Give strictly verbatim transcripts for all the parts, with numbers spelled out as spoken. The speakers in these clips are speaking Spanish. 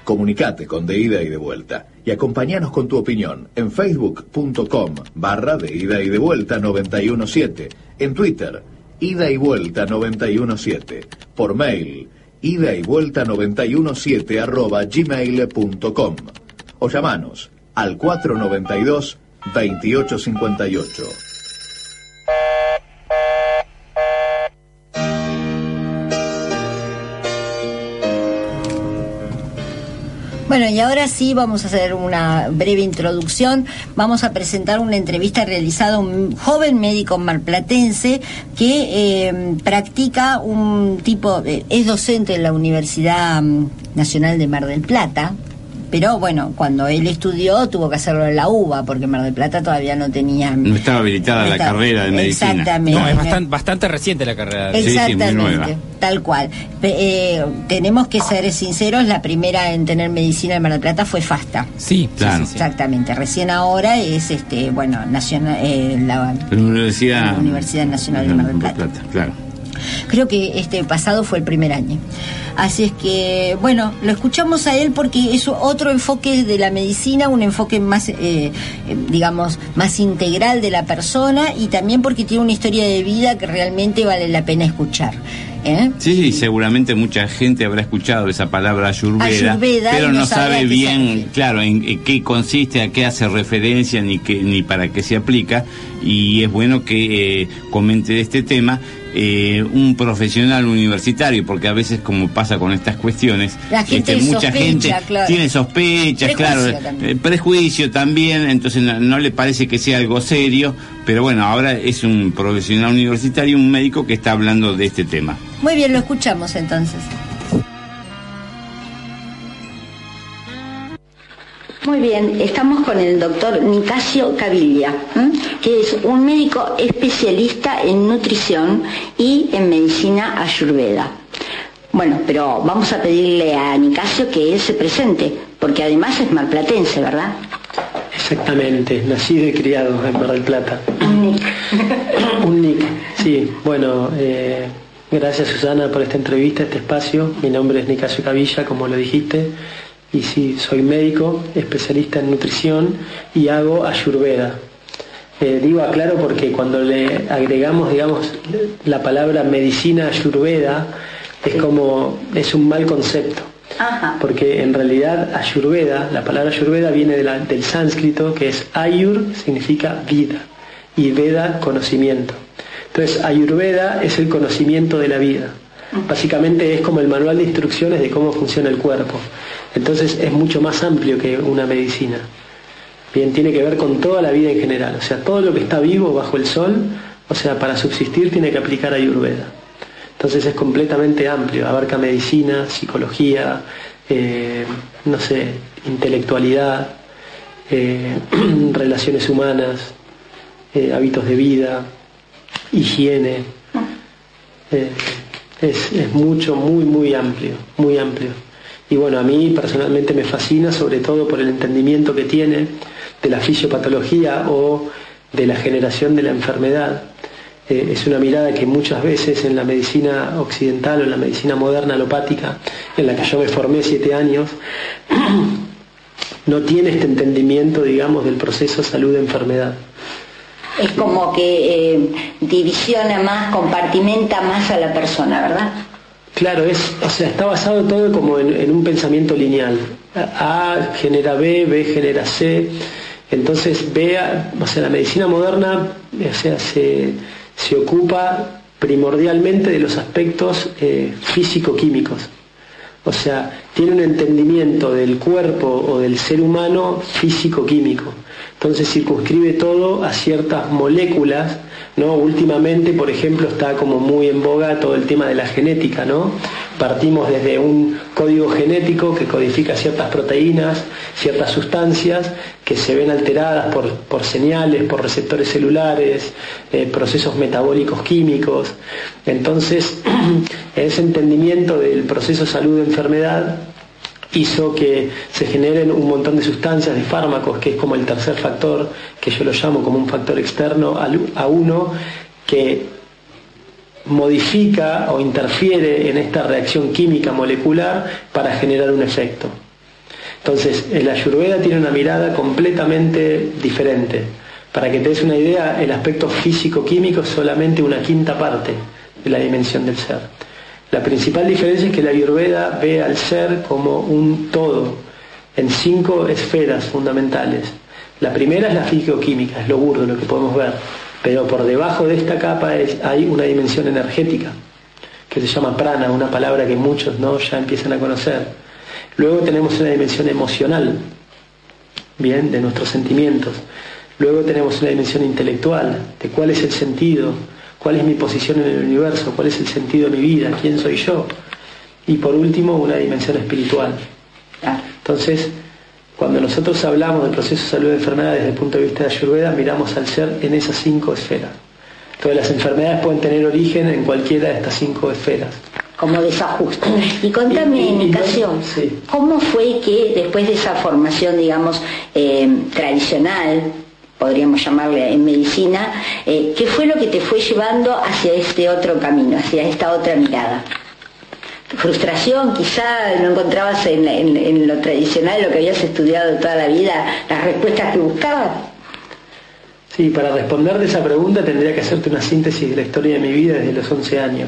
Comunicate con De Ida y de Vuelta y acompáñanos con tu opinión en facebook.com barra De Ida y de Vuelta noventa y uno siete, en Twitter, Ida y Vuelta noventa y uno siete, por mail, ida y vuelta noventa y uno siete arroba gmail punto com o llamanos al cuatro noventa y dos, veintiocho cincuenta y ocho. Bueno, y ahora sí vamos a hacer una breve introducción. Vamos a presentar una entrevista realizada a un joven médico marplatense que eh, practica un tipo, de, es docente en la Universidad Nacional de Mar del Plata, pero bueno, cuando él estudió tuvo que hacerlo en la UBA, porque Mar del Plata todavía no tenía... No estaba habilitada no estaba, la carrera de medicina. Exactamente. No, es bastante, bastante reciente la carrera. Exactamente, sí, sí, muy nueva. Tal cual. Eh, tenemos que ser sinceros, la primera en tener medicina en Mar del Plata fue FASTA. Sí, claro. Sí, sí, sí. Exactamente. Recién ahora es, este bueno, nacional, eh, la, la, Universidad, la Universidad Nacional de Mar del Plata. Plata, claro. Creo que este pasado fue el primer año. Así es que, bueno, lo escuchamos a él porque es otro enfoque de la medicina, un enfoque más, eh, eh, digamos, más integral de la persona, y también porque tiene una historia de vida que realmente vale la pena escuchar. ¿Eh? Sí, sí, seguramente mucha gente habrá escuchado esa palabra ayurveda, ayurveda pero no, no sabe bien, sabe. claro, en, en qué consiste, a qué hace referencia, ni qué, ni para qué se aplica, y es bueno que eh, comente de este tema eh, un profesional universitario, porque a veces, como pasa con estas cuestiones, la gente este, mucha sospecha, gente claro. tiene sospechas, prejuicio claro, también. Eh, prejuicio también, entonces no, no le parece que sea algo serio, pero bueno, ahora es un profesional universitario, un médico que está hablando de este tema. Muy bien, lo escuchamos entonces. Muy bien, estamos con el doctor Nicasio Caviglia, ¿eh? que es un médico especialista en nutrición y en medicina ayurveda. Bueno, pero vamos a pedirle a Nicasio que él se presente, porque además es marplatense, ¿verdad? Exactamente, nacido y criado en Mar del Plata. Un Nick. Un Nick, sí. Bueno, eh, gracias Susana por esta entrevista, este espacio. Mi nombre es Nicasio Caviglia, como lo dijiste. Y sí, soy médico, especialista en nutrición y hago ayurveda. Eh, digo aclaro porque cuando le agregamos, digamos, la palabra medicina ayurveda, es como, es un mal concepto. Ajá. Porque en realidad ayurveda, la palabra ayurveda viene de la, del sánscrito, que es ayur, significa vida, y veda, conocimiento. Entonces ayurveda es el conocimiento de la vida. Básicamente es como el manual de instrucciones de cómo funciona el cuerpo. Entonces es mucho más amplio que una medicina. Bien, tiene que ver con toda la vida en general. O sea, todo lo que está vivo bajo el sol, o sea, para subsistir tiene que aplicar ayurveda. Entonces es completamente amplio, abarca medicina, psicología, eh, no sé, intelectualidad, eh, relaciones humanas, eh, hábitos de vida, higiene. Eh, es, es mucho, muy, muy amplio, muy amplio. Y bueno, a mí personalmente me fascina, sobre todo por el entendimiento que tiene de la fisiopatología o de la generación de la enfermedad. Eh, es una mirada que muchas veces en la medicina occidental o en la medicina moderna alopática, en la que yo me formé siete años, no tiene este entendimiento, digamos, del proceso salud-enfermedad. Es como que eh, divisiona más, compartimenta más a la persona, ¿verdad? Claro, es, o sea, está basado todo como en, en un pensamiento lineal. A genera B, B genera C. Entonces, B, o sea, la medicina moderna, o sea, se, se ocupa primordialmente de los aspectos eh, físico-químicos. O sea, tiene un entendimiento del cuerpo o del ser humano físico-químico. Entonces circunscribe todo a ciertas moléculas, ¿no? Últimamente, por ejemplo, está como muy en boga todo el tema de la genética, ¿no? Partimos desde un código genético que codifica ciertas proteínas, ciertas sustancias que se ven alteradas por, por señales, por receptores celulares, eh, procesos metabólicos químicos. Entonces, ese entendimiento del proceso salud-enfermedad hizo que se generen un montón de sustancias, de fármacos, que es como el tercer factor, que yo lo llamo como un factor externo a uno, que modifica o interfiere en esta reacción química molecular para generar un efecto. Entonces, el Ayurveda tiene una mirada completamente diferente. Para que te des una idea, el aspecto físico-químico es solamente una quinta parte de la dimensión del ser. La principal diferencia es que la Ayurveda ve al ser como un todo, en cinco esferas fundamentales. La primera es la físico-química, es lo burdo, lo que podemos ver. Pero por debajo de esta capa es, hay una dimensión energética, que se llama prana, una palabra que muchos no ya empiezan a conocer. Luego tenemos una dimensión emocional, bien, de nuestros sentimientos. Luego tenemos una dimensión intelectual, de cuál es el sentido, cuál es mi posición en el universo, cuál es el sentido de mi vida, quién soy yo. Y por último, una dimensión espiritual. Entonces, cuando nosotros hablamos del proceso de salud de enfermedades desde el punto de vista de Ayurveda, miramos al ser en esas cinco esferas. Entonces, las enfermedades pueden tener origen en cualquiera de estas cinco esferas. Como desajuste. Y contame, y, y, Nicasio, sí. ¿cómo fue que después de esa formación, digamos, eh, tradicional, podríamos llamarle en medicina, eh, qué fue lo que te fue llevando hacia este otro camino, hacia esta otra mirada? Frustración, quizá no encontrabas en, en, en lo tradicional, lo que habías estudiado toda la vida, las respuestas que buscabas. Sí, para responderte esa pregunta tendría que hacerte una síntesis de la historia de mi vida desde los once años.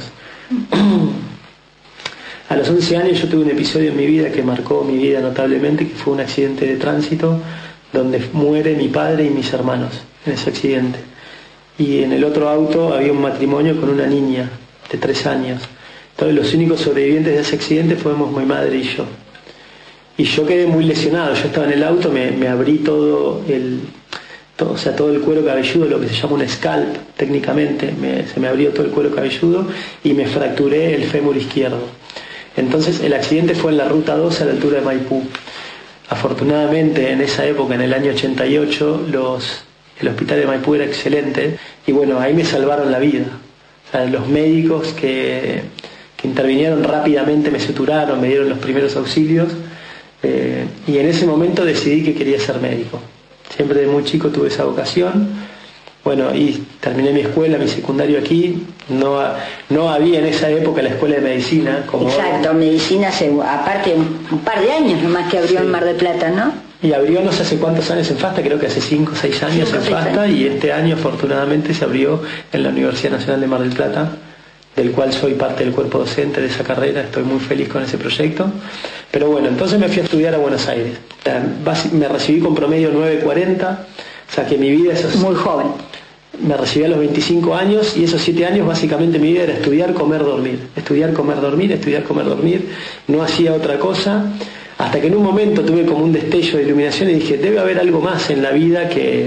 A los once años yo tuve un episodio en mi vida que marcó mi vida notablemente, que fue un accidente de tránsito donde muere mi padre y mis hermanos en ese accidente. Y en el otro auto había un matrimonio con una niña de tres años. Entonces los únicos sobrevivientes de ese accidente fuimos mi madre y yo. Y yo quedé muy lesionado. Yo estaba en el auto, me, me abrí todo el, todo, o sea, todo el cuero cabelludo, lo que se llama un scalp técnicamente. Me, se me abrió todo el cuero cabelludo y me fracturé el fémur izquierdo. Entonces el accidente fue en la ruta dos a la altura de Maipú. Afortunadamente en esa época, en el año ochenta y ocho, los, el hospital de Maipú era excelente y bueno, ahí me salvaron la vida. O sea, los médicos que, que intervinieron rápidamente me suturaron, me dieron los primeros auxilios eh, y en ese momento decidí que quería ser médico. Siempre de muy chico tuve esa vocación. Bueno, y terminé mi escuela, mi secundario aquí. No, no había en esa época la escuela de medicina. Como Exacto, hoy. Medicina, hace, aparte un, un par de años nomás que abrió sí. en Mar del Plata, ¿no? Y abrió no sé hace cuántos años en Fasta, creo que hace cinco o seis años cinco, en Fasta, años. Y este año afortunadamente se abrió en la Universidad Nacional de Mar del Plata, del cual soy parte del cuerpo docente de esa carrera, estoy muy feliz con ese proyecto. Pero bueno, entonces me fui a estudiar a Buenos Aires. Me recibí con promedio nueve cuarenta, o sea que mi vida es... Muy joven. Me recibí a los veinticinco años y esos siete años básicamente mi vida era estudiar, comer, dormir. Estudiar, comer, dormir, estudiar, comer, dormir. No hacía otra cosa. Hasta que en un momento tuve como un destello de iluminación y dije, debe haber algo más en la vida que,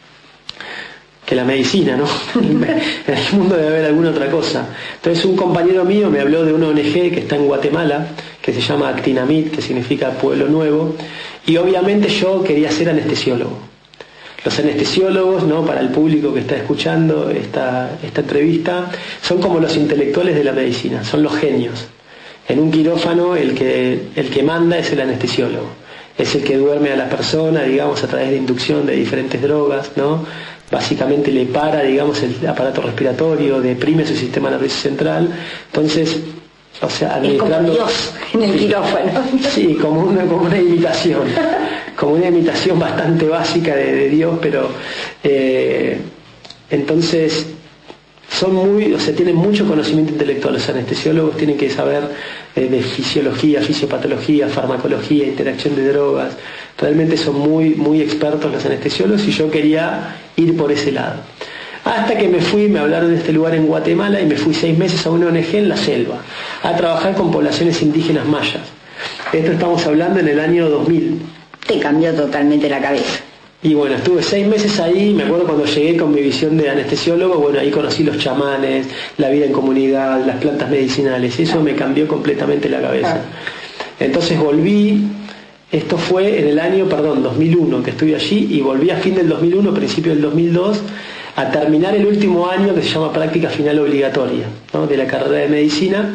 que la medicina, ¿no? En el mundo debe haber alguna otra cosa. Entonces un compañero mío me habló de una O N G que está en Guatemala, que se llama Actinamid, que significa Pueblo Nuevo. Y obviamente yo quería ser anestesiólogo. Los anestesiólogos, ¿no? Para el público que está escuchando esta, esta entrevista, son como los intelectuales de la medicina, son los genios. En un quirófano el que, el que manda es el anestesiólogo, es el que duerme a la persona, digamos, a través de inducción de diferentes drogas, ¿no? Básicamente le para, digamos, el aparato respiratorio, deprime su sistema nervioso central. Entonces, o sea, administrando... Es como Dios en el quirófano. Sí, como una, como una imitación, como una imitación bastante básica de, de Dios, pero eh, entonces son muy, o sea, tienen mucho conocimiento intelectual. Los anestesiólogos tienen que saber eh, de fisiología, fisiopatología, farmacología, interacción de drogas. Realmente son muy, muy expertos los anestesiólogos y yo quería ir por ese lado. Hasta que me fui, me hablaron de este lugar en Guatemala y me fui seis meses a una O N G en la selva, a trabajar con poblaciones indígenas mayas. Esto estamos hablando en el año dos mil. Te cambió totalmente la cabeza. Y bueno, estuve seis meses ahí, me acuerdo cuando llegué con mi visión de anestesiólogo, bueno, ahí conocí los chamanes, la vida en comunidad, las plantas medicinales, eso me cambió completamente la cabeza. Entonces volví, esto fue en el año, perdón, dos mil uno que estuve allí, y volví a fin del dos mil uno, principio del dos mil dos, a terminar el último año que se llama práctica final obligatoria, ¿no? De la carrera de medicina.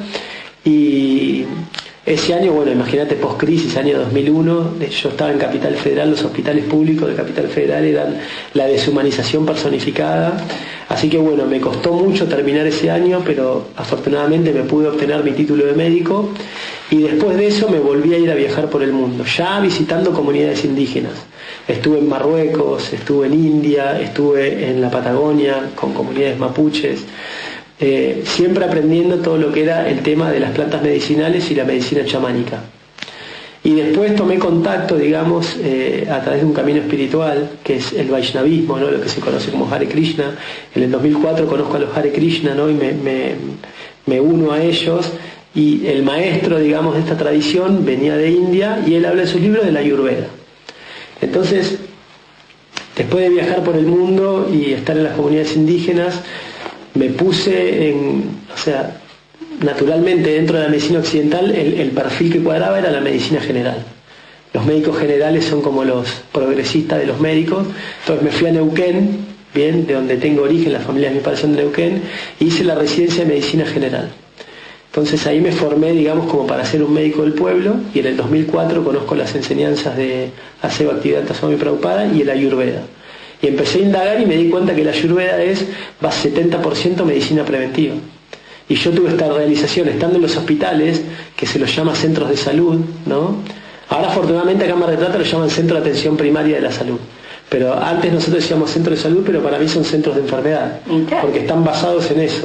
Y ese año, bueno, imagínate, post-crisis, año dos mil uno, yo estaba en Capital Federal, los hospitales públicos de Capital Federal eran la deshumanización personificada, así que bueno, me costó mucho terminar ese año, pero afortunadamente me pude obtener mi título de médico Y después de eso me volví a ir a viajar por el mundo, ya visitando comunidades indígenas. Estuve en Marruecos, estuve en India, estuve en la Patagonia con comunidades mapuches, eh, siempre aprendiendo todo lo que era el tema de las plantas medicinales y la medicina chamánica. Y después tomé contacto, digamos, eh, a través de un camino espiritual, que es el Vaishnavismo, ¿no? Lo que se conoce como Hare Krishna. En el dos mil cuatro conozco a los Hare Krishna, ¿no? Y me, me, me uno a ellos. Y el maestro, digamos, de esta tradición venía de India y él habla en sus libros de la Ayurveda. Entonces, después de viajar por el mundo y estar en las comunidades indígenas, me puse en, o sea, naturalmente dentro de la medicina occidental el, el perfil que cuadraba era la medicina general. Los médicos generales son como los progresistas de los médicos. Entonces me fui a Neuquén, bien, de donde tengo origen, las familias de mi padre son de Neuquén, e hice la residencia de medicina general. Entonces ahí me formé, digamos, como para ser un médico del pueblo, y en el dos mil cuatro conozco las enseñanzas de Aseva Bhaktivedanta Swami Prabhupada y el Ayurveda. Y empecé a indagar y me di cuenta que la Ayurveda es va setenta por ciento medicina preventiva. Y yo tuve esta realización estando en los hospitales, que se los llama centros de salud, ¿no? Ahora afortunadamente acá en Mar del Plata lo llaman centro de atención primaria de la salud. Pero antes nosotros decíamos centro de salud, pero para mí son centros de enfermedad, porque están basados en eso.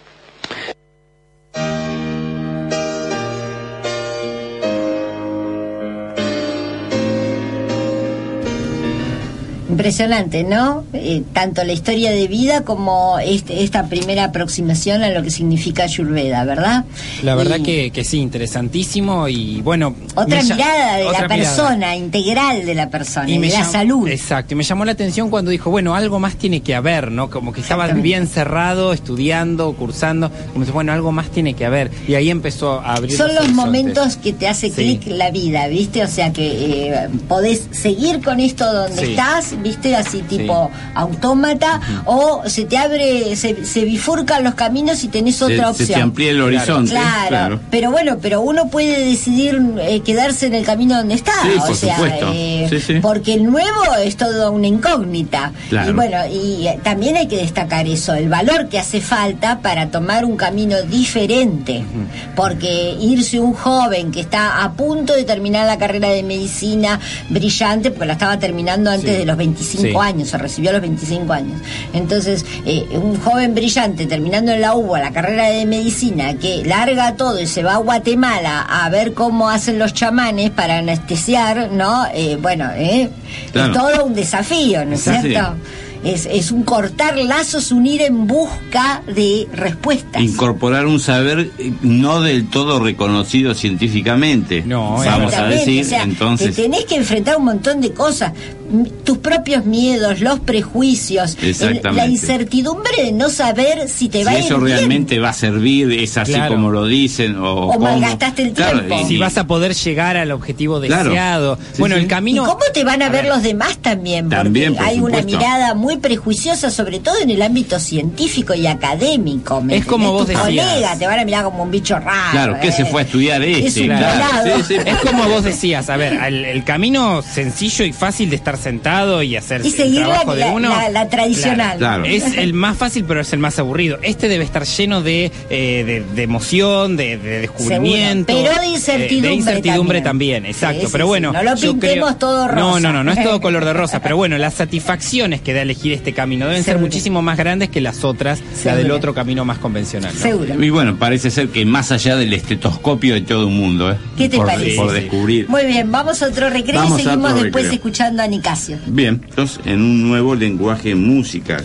Impresionante, ¿no? Eh, tanto la historia de vida como este, esta primera aproximación a lo que significa Ayurveda, ¿verdad? La verdad y que, que sí, interesantísimo y bueno... Otra me mirada de otra la persona, mirada. integral de la persona, y me de la llam- salud. Exacto, y me llamó la atención cuando dijo, bueno, algo más tiene que haber, ¿no? Como que estabas bien cerrado, estudiando, cursando, como dice, bueno, algo más tiene que haber. Y ahí empezó a abrir Son los horizontes. momentos que te hace Sí. clic la vida, ¿viste? O sea que eh, podés seguir con esto donde Sí. estás, ¿viste? Así tipo autómata, o se te abre, se, se bifurcan los caminos y tenés Se, otra se opción. te amplía el horizonte. Claro, Claro. pero bueno, pero uno puede decidir eh, quedarse en el camino donde está, Sí, o por sea, supuesto. eh, Sí, sí. porque el nuevo es toda una incógnita. Claro. Y bueno, y eh, también hay que destacar eso, el valor que hace falta para tomar un camino diferente, porque irse un joven que está a punto de terminar la carrera de medicina brillante, porque la estaba terminando antes Sí. de los veinticinco Sí. años, se recibió a los veinticinco años. Entonces, eh, un joven brillante terminando en la U B A la carrera de medicina, que larga todo y se va a Guatemala a ver cómo hacen los chamanes para anestesiar, ¿no? Eh, bueno, eh, Claro. es todo un desafío, ¿no es Sí, sí. cierto? Es, es un cortar lazos, unir en busca de respuestas. Incorporar un saber eh, no del todo reconocido científicamente. No, vamos a Exactamente, decir, o sea, entonces. te tenés que enfrentar un montón de cosas, m- tus propios miedos, los prejuicios, el- Exactamente. la incertidumbre de no saber si te Si va a ir eso bien. realmente va a servir, es así Claro. como lo dicen, o, O cómo. malgastaste el tiempo. y- Si vas a poder llegar al objetivo Claro. deseado. Sí, bueno, sí. el ¿Y camino... cómo te van a, A ver, ver. los demás también? Porque También, por hay una supuesto. mirada muy prejuiciosa, sobre todo en el ámbito científico y académico. ¿me Es como entendés? vos Tus decías. colegas te van a mirar como un bicho raro. Claro, ¿qué eh. se fue a estudiar este? Es un Claro. volado. Sí, sí, Es como vos decías, a ver, el, el camino sencillo y fácil de estar sentado y hacer Y el seguir la, trabajo de la- uno. la- la tradicional. Claro. Es el más fácil, pero es el más aburrido. Este debe estar lleno de, eh, de, de emoción, de, de descubrimiento. Seguro. Pero de incertidumbre eh, de incertidumbre también. también, exacto. Sí, sí, pero sí. bueno. No lo yo pintemos creo- todo rosa. No, no, no, no es todo color de rosa. Pero bueno, las satisfacciones que da elegir este camino deben ser Seguro. muchísimo más grandes que las otras, la Seguro. del otro camino más convencional. ¿no? Seguro. Y bueno, parece ser que más allá del estetoscopio de todo un mundo, ¿eh? ¿Qué te por, parece? por Sí, sí. descubrir. Muy bien, vamos a otro recreo Vamos y a seguimos otro después recreo. escuchando a Nicasio. Bien, entonces en un nuevo lenguaje musical.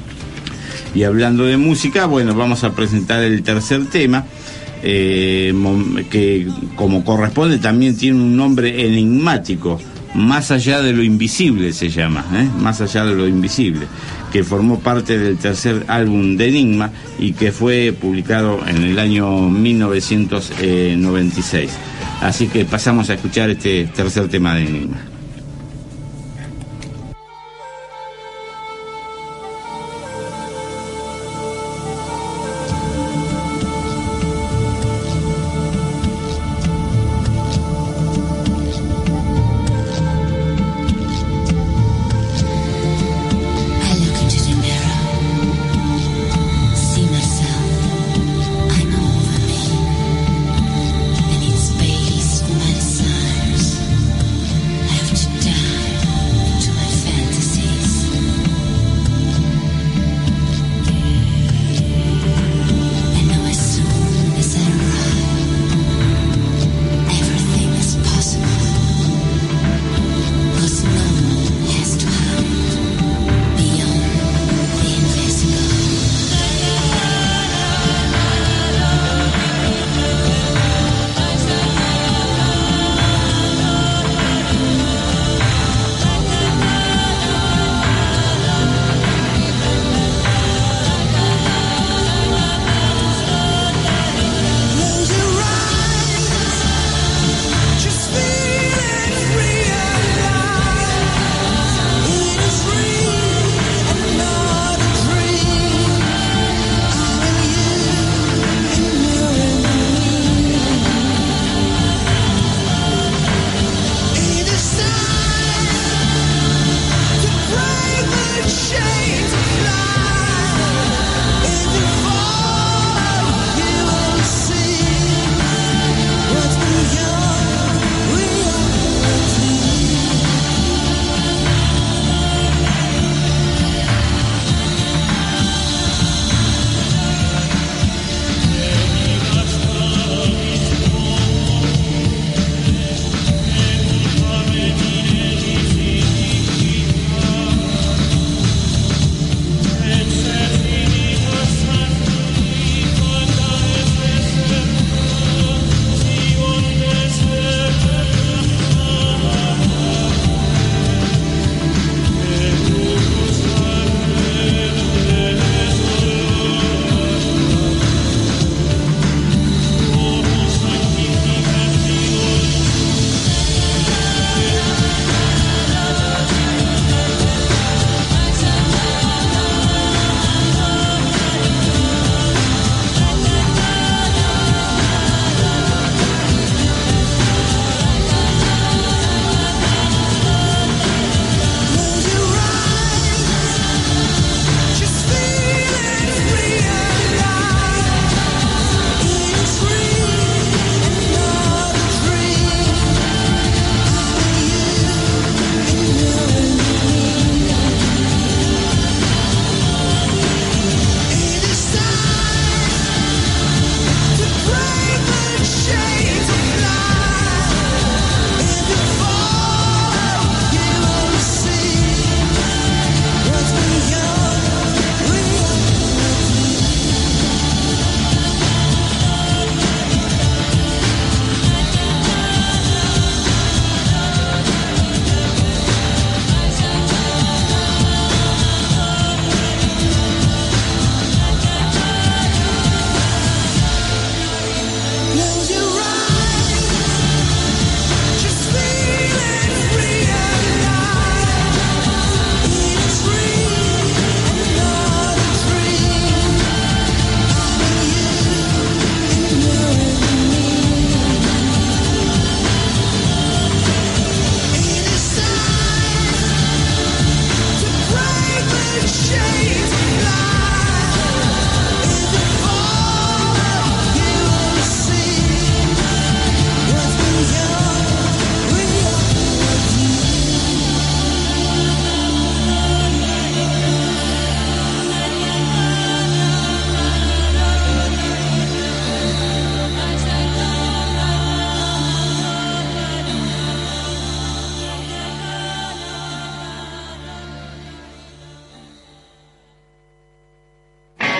Y hablando de música, bueno, vamos a presentar el tercer tema, eh, mom- que como corresponde también tiene un nombre enigmático, Más allá de lo invisible se llama, ¿eh? Más allá de lo invisible, que formó parte del tercer álbum de Enigma y que fue publicado en el año mil novecientos noventa y seis. Así que pasamos a escuchar este tercer tema de Enigma. I look into the mirror, see myself, I know over me, and it's fading.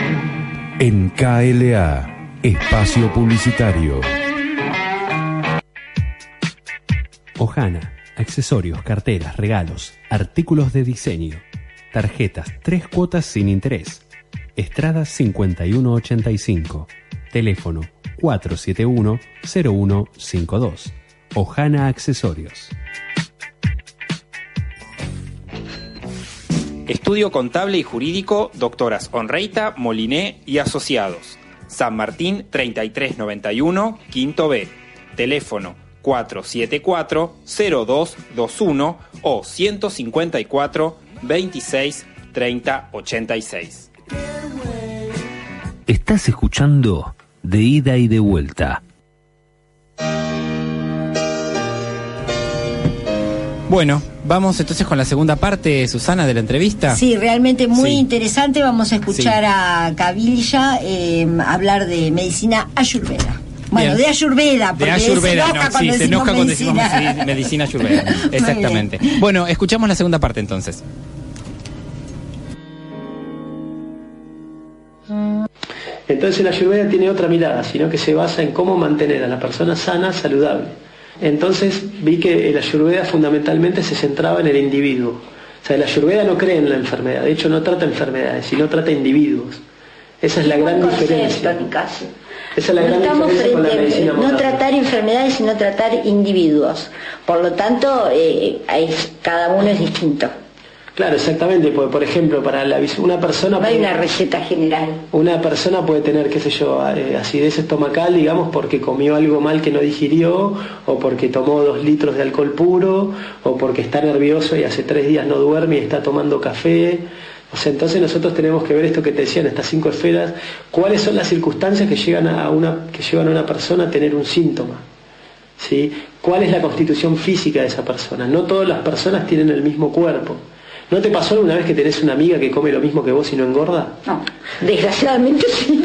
En K L A, espacio publicitario. Ojana, accesorios, carteras, regalos, artículos de diseño, tarjetas, tres cuotas sin interés. Estrada cincuenta y uno ochenta y cinco, teléfono cuatro siete uno cero uno cinco dos. Ojana Accesorios. Estudio Contable y Jurídico, doctoras Onreita, Moliné y Asociados. San Martín treinta y tres noventa y uno, Quinto B. Teléfono cuatro siete cuatro cero dos dos uno o ciento cincuenta y cuatro veintiséis treinta ochenta y seis. Estás escuchando De Ida y de Vuelta. Bueno, vamos entonces con la segunda parte, Susana, de la entrevista. Sí, realmente muy Sí. interesante. Vamos a escuchar Sí. a Kavilla eh, hablar de medicina ayurveda. Bueno, Bien. de ayurveda, De porque Ayurveda, se enoja no, cuando sí, se decimos enoja cuando decimos medicina. medicina, medicina ayurveda. Muy Exactamente. Bueno, escuchamos la segunda parte entonces. Entonces la Ayurveda tiene otra mirada, sino que se basa en cómo mantener a la persona sana, saludable. Entonces vi que el Ayurveda fundamentalmente se centraba en el individuo. O sea, el Ayurveda no cree en la enfermedad, de hecho no trata enfermedades, sino trata individuos. Esa es la gran Buen concepto, diferencia. Nicasio. Esa es la No gran estamos diferencia con la frente a- medicina no moderna. tratar enfermedades, sino tratar individuos. Por lo tanto, eh, hay- cada uno es distinto. Claro, exactamente, porque por ejemplo, para la, vis- una persona... No hay puede- una receta general. Una persona puede tener, qué sé yo, eh, acidez estomacal, digamos, porque comió algo mal que no digirió, o porque tomó dos litros de alcohol puro, o porque está nervioso y hace tres días no duerme y está tomando café. O sea, entonces nosotros tenemos que ver esto que te decían, estas cinco esferas, cuáles son las circunstancias que, llegan a una, que llevan a una persona a tener un síntoma. ¿Sí? ¿Cuál es la constitución física de esa persona? No todas las personas tienen el mismo cuerpo. ¿No te pasó alguna vez que tenés una amiga que come lo mismo que vos y no engorda? No, desgraciadamente sí.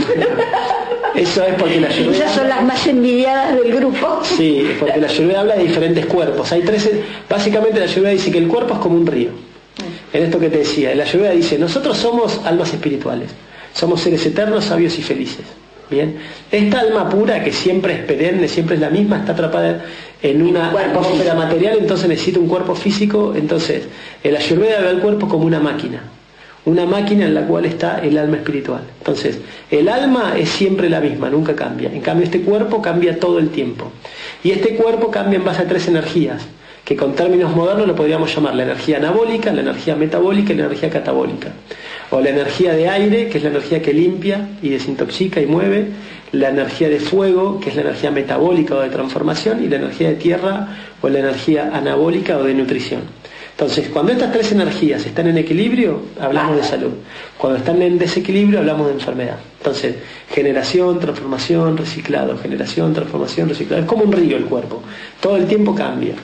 Eso es porque la Ayurveda... Esas son las más envidiadas del grupo. Sí, porque la Ayurveda habla de diferentes cuerpos. Hay tres, básicamente la Ayurveda dice que el cuerpo es como un río. En esto que te decía, la Ayurveda dice, nosotros somos almas espirituales, somos seres eternos, sabios y felices. Bien, esta alma pura que siempre es perenne, siempre es la misma, está atrapada en una atmósfera material, entonces necesita un cuerpo físico. Entonces, el Ayurveda ve al cuerpo como una máquina, una máquina en la cual está el alma espiritual. Entonces, el alma es siempre la misma, nunca cambia. En cambio, este cuerpo cambia todo el tiempo. Y este cuerpo cambia en base a tres energías, que con términos modernos lo podríamos llamar la energía anabólica, la energía metabólica y la energía catabólica. O la energía de aire, que es la energía que limpia y desintoxica y mueve, la energía de fuego, que es la energía metabólica o de transformación, y la energía de tierra o la energía anabólica o de nutrición. Entonces, cuando estas tres energías están en equilibrio, hablamos de salud. Cuando están en desequilibrio, hablamos de enfermedad. Entonces, generación, transformación, reciclado, generación, transformación, reciclado. Es como un río el cuerpo. Todo el tiempo cambia.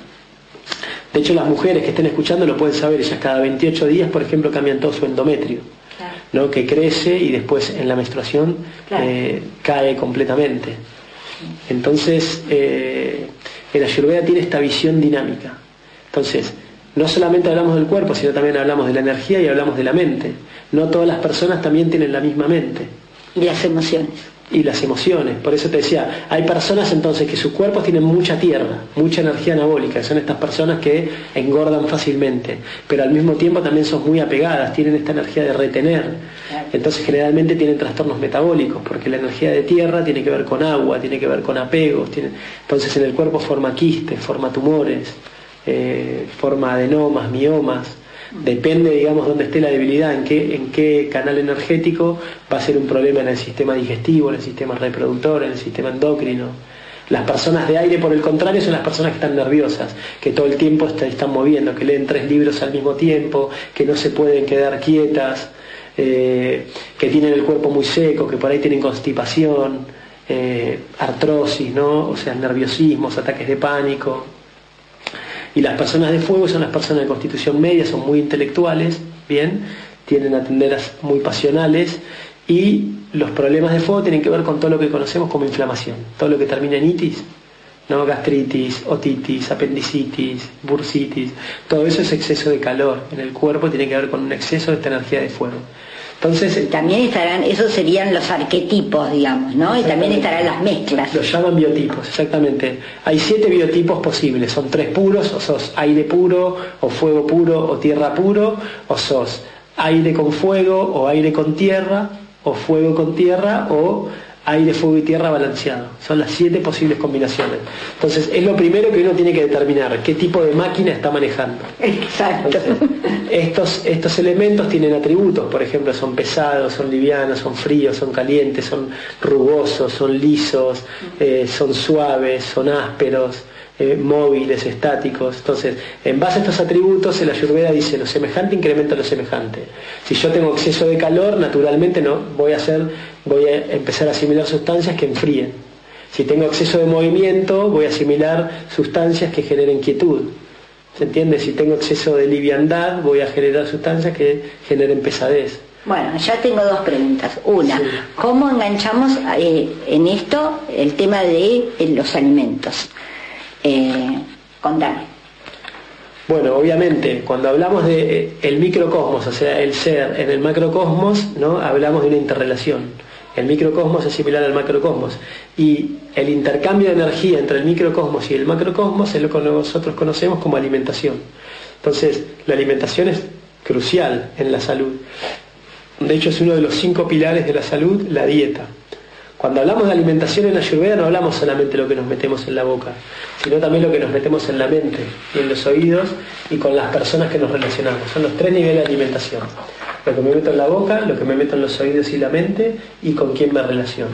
De hecho, las mujeres que estén escuchando lo pueden saber, ellas cada veintiocho días, por ejemplo, cambian todo su endometrio, claro, ¿no? Que crece y después en la menstruación, claro, eh, cae completamente. Entonces, eh, el Ayurveda tiene esta visión dinámica. Entonces, no solamente hablamos del cuerpo, sino también hablamos de la energía y hablamos de la mente. No todas las personas también tienen la misma mente. Y las emociones. Y las emociones, por eso te decía, hay personas entonces que sus cuerpos tienen mucha tierra, mucha energía anabólica, son estas personas que engordan fácilmente, pero al mismo tiempo también son muy apegadas, tienen esta energía de retener, entonces generalmente tienen trastornos metabólicos, porque la energía de tierra tiene que ver con agua, tiene que ver con apegos, tiene... entonces en el cuerpo forma quistes, forma tumores, eh, forma adenomas, miomas. Depende, digamos, dónde esté la debilidad, en qué, en qué canal energético va a ser un problema en el sistema digestivo, en el sistema reproductor, en el sistema endocrino. Las personas de aire, por el contrario, son las personas que están nerviosas, que todo el tiempo está, están moviendo, que leen tres libros al mismo tiempo, que no se pueden quedar quietas, eh, que tienen el cuerpo muy seco, que por ahí tienen constipación, eh, artrosis, ¿no? O sea, nerviosismos, ataques de pánico. Y las personas de fuego son las personas de constitución media, son muy intelectuales, bien, tienden a tendencias muy pasionales, y los problemas de fuego tienen que ver con todo lo que conocemos como inflamación, todo lo que termina en itis, ¿no? Gastritis, otitis, apendicitis, bursitis, todo eso es exceso de calor en el cuerpo, tiene que ver con un exceso de esta energía de fuego. Entonces, también estarán, esos serían los arquetipos, digamos, ¿no? Y también estarán las mezclas. Los llaman biotipos, exactamente. Hay siete biotipos posibles, son tres puros, o sos aire puro, o fuego puro, o tierra puro, o sos aire con fuego, o aire con tierra, o fuego con tierra, o aire, fuego y tierra balanceado. Son las siete posibles combinaciones. Entonces, es lo primero que uno tiene que determinar, qué tipo de máquina está manejando. Exacto. Entonces, estos, estos elementos tienen atributos, por ejemplo, son pesados, son livianos, son fríos, son calientes, son rugosos, son lisos, eh, son suaves, son ásperos, eh, móviles, estáticos. Entonces, en base a estos atributos, el Ayurveda dice, lo semejante incrementa lo semejante. Si yo tengo exceso de calor, naturalmente no voy a hacer, voy a empezar a asimilar sustancias que enfríen. Si tengo exceso de movimiento, voy a asimilar sustancias que generen quietud. ¿Se entiende? Si tengo exceso de liviandad, voy a generar sustancias que generen pesadez. Bueno, ya tengo dos preguntas. Una, sí. ¿Cómo enganchamos eh, en esto el tema de eh, los alimentos? Eh, contame. Bueno, obviamente, cuando hablamos de eh, el microcosmos, o sea, el ser en el macrocosmos, ¿no? Hablamos de una interrelación. El microcosmos es similar al macrocosmos. Y el intercambio de energía entre el microcosmos y el macrocosmos es lo que nosotros conocemos como alimentación. Entonces, la alimentación es crucial en la salud. De hecho, es uno de los cinco pilares de la salud, la dieta. Cuando hablamos de alimentación en Ayurveda no hablamos solamente de lo que nos metemos en la boca, sino también lo que nos metemos en la mente y en los oídos y con las personas que nos relacionamos. Son los tres niveles de alimentación. Lo que me meto en la boca, lo que me meto en los oídos y la mente y con quién me relaciono.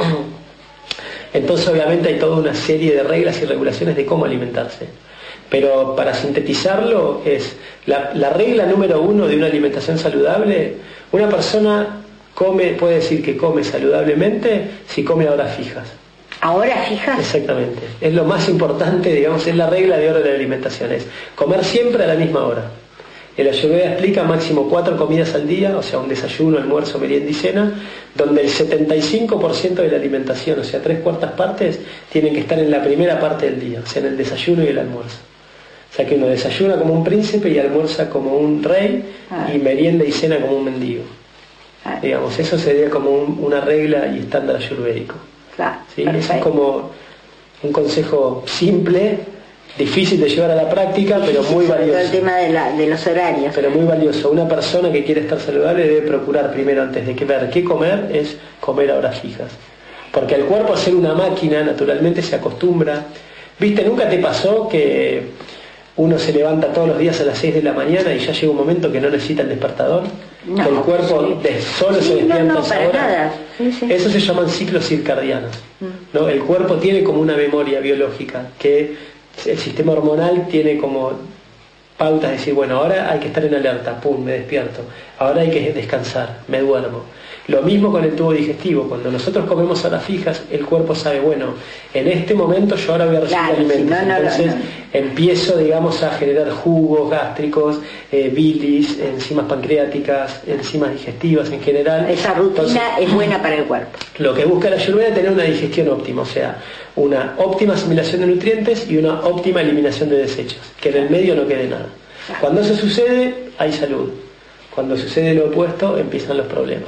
Entonces obviamente hay toda una serie de reglas y regulaciones de cómo alimentarse. Pero para sintetizarlo es la, la regla número uno de una alimentación saludable. Una persona come, puede decir que come saludablemente si come a horas fijas. ¿A horas fijas? Exactamente. Es lo más importante, digamos, es la regla de oro de la alimentación. Es comer siempre a la misma hora. El Ayurveda explica máximo cuatro comidas al día, o sea, un desayuno, almuerzo, merienda y cena, donde el setenta y cinco por ciento de la alimentación, o sea, tres cuartas partes, tienen que estar en la primera parte del día, o sea, en el desayuno y el almuerzo. O sea, que uno desayuna como un príncipe y almuerza como un rey, ah. y merienda y cena como un mendigo. Ah. Digamos, eso sería como un, una regla y estándar ayurvédico. Claro, ¿sí? Eso es como un consejo simple, difícil de llevar a la práctica, pero muy valioso. El tema de, la, de los horarios. Pero muy valioso. Una persona que quiere estar saludable debe procurar primero, antes de que ver qué comer, es comer a horas fijas. Porque el cuerpo, al ser una máquina, naturalmente se acostumbra. ¿Viste? ¿Nunca te pasó que uno se levanta todos los días a las seis de la mañana y ya llega un momento que no necesita el despertador? No, que el cuerpo sí. de solo sí, se despierta no, no, a esa para hora. Nada. Sí, sí. Eso se llaman ciclos circadianos. Mm. ¿no? El cuerpo tiene como una memoria biológica que el sistema hormonal tiene como pautas de decir, bueno, ahora hay que estar en alerta, pum, me despierto, ahora hay que descansar, me duermo. Lo mismo con el tubo digestivo, cuando nosotros comemos a las fijas, el cuerpo sabe, bueno, en este momento yo ahora voy a recibir claro, alimentos, sí, no, no, entonces no, no. empiezo, digamos, a generar jugos gástricos, eh, bilis, enzimas pancreáticas, enzimas digestivas en general. Esa rutina entonces, es buena para el cuerpo. Lo que busca la Ayurveda es tener una digestión óptima, o sea, una óptima asimilación de nutrientes y una óptima eliminación de desechos, que en el medio no quede nada. Cuando eso sucede, hay salud. Cuando sucede lo opuesto, empiezan los problemas.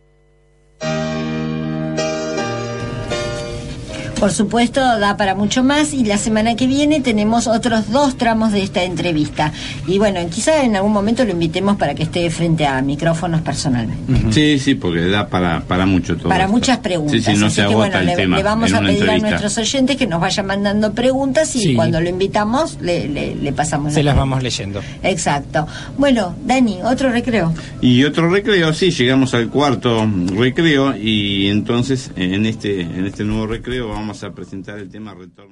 Por supuesto, da para mucho más y la semana que viene tenemos otros dos tramos de esta entrevista. Y bueno, quizá en algún momento lo invitemos para que esté frente a micrófonos personalmente. Uh-huh. Sí, sí, porque da para, para mucho todo. Para esto. muchas preguntas. Sí, sí, no Así se que agota bueno, el le, tema le vamos en a una pedir entrevista. a nuestros oyentes que nos vayan mandando preguntas y sí. cuando lo invitamos le, le, le pasamos. Se las vamos leyendo. Exacto. Bueno, Dani, otro recreo. Y otro recreo, sí, llegamos al cuarto recreo y entonces en este, en este nuevo recreo vamos a presentar el tema retorno.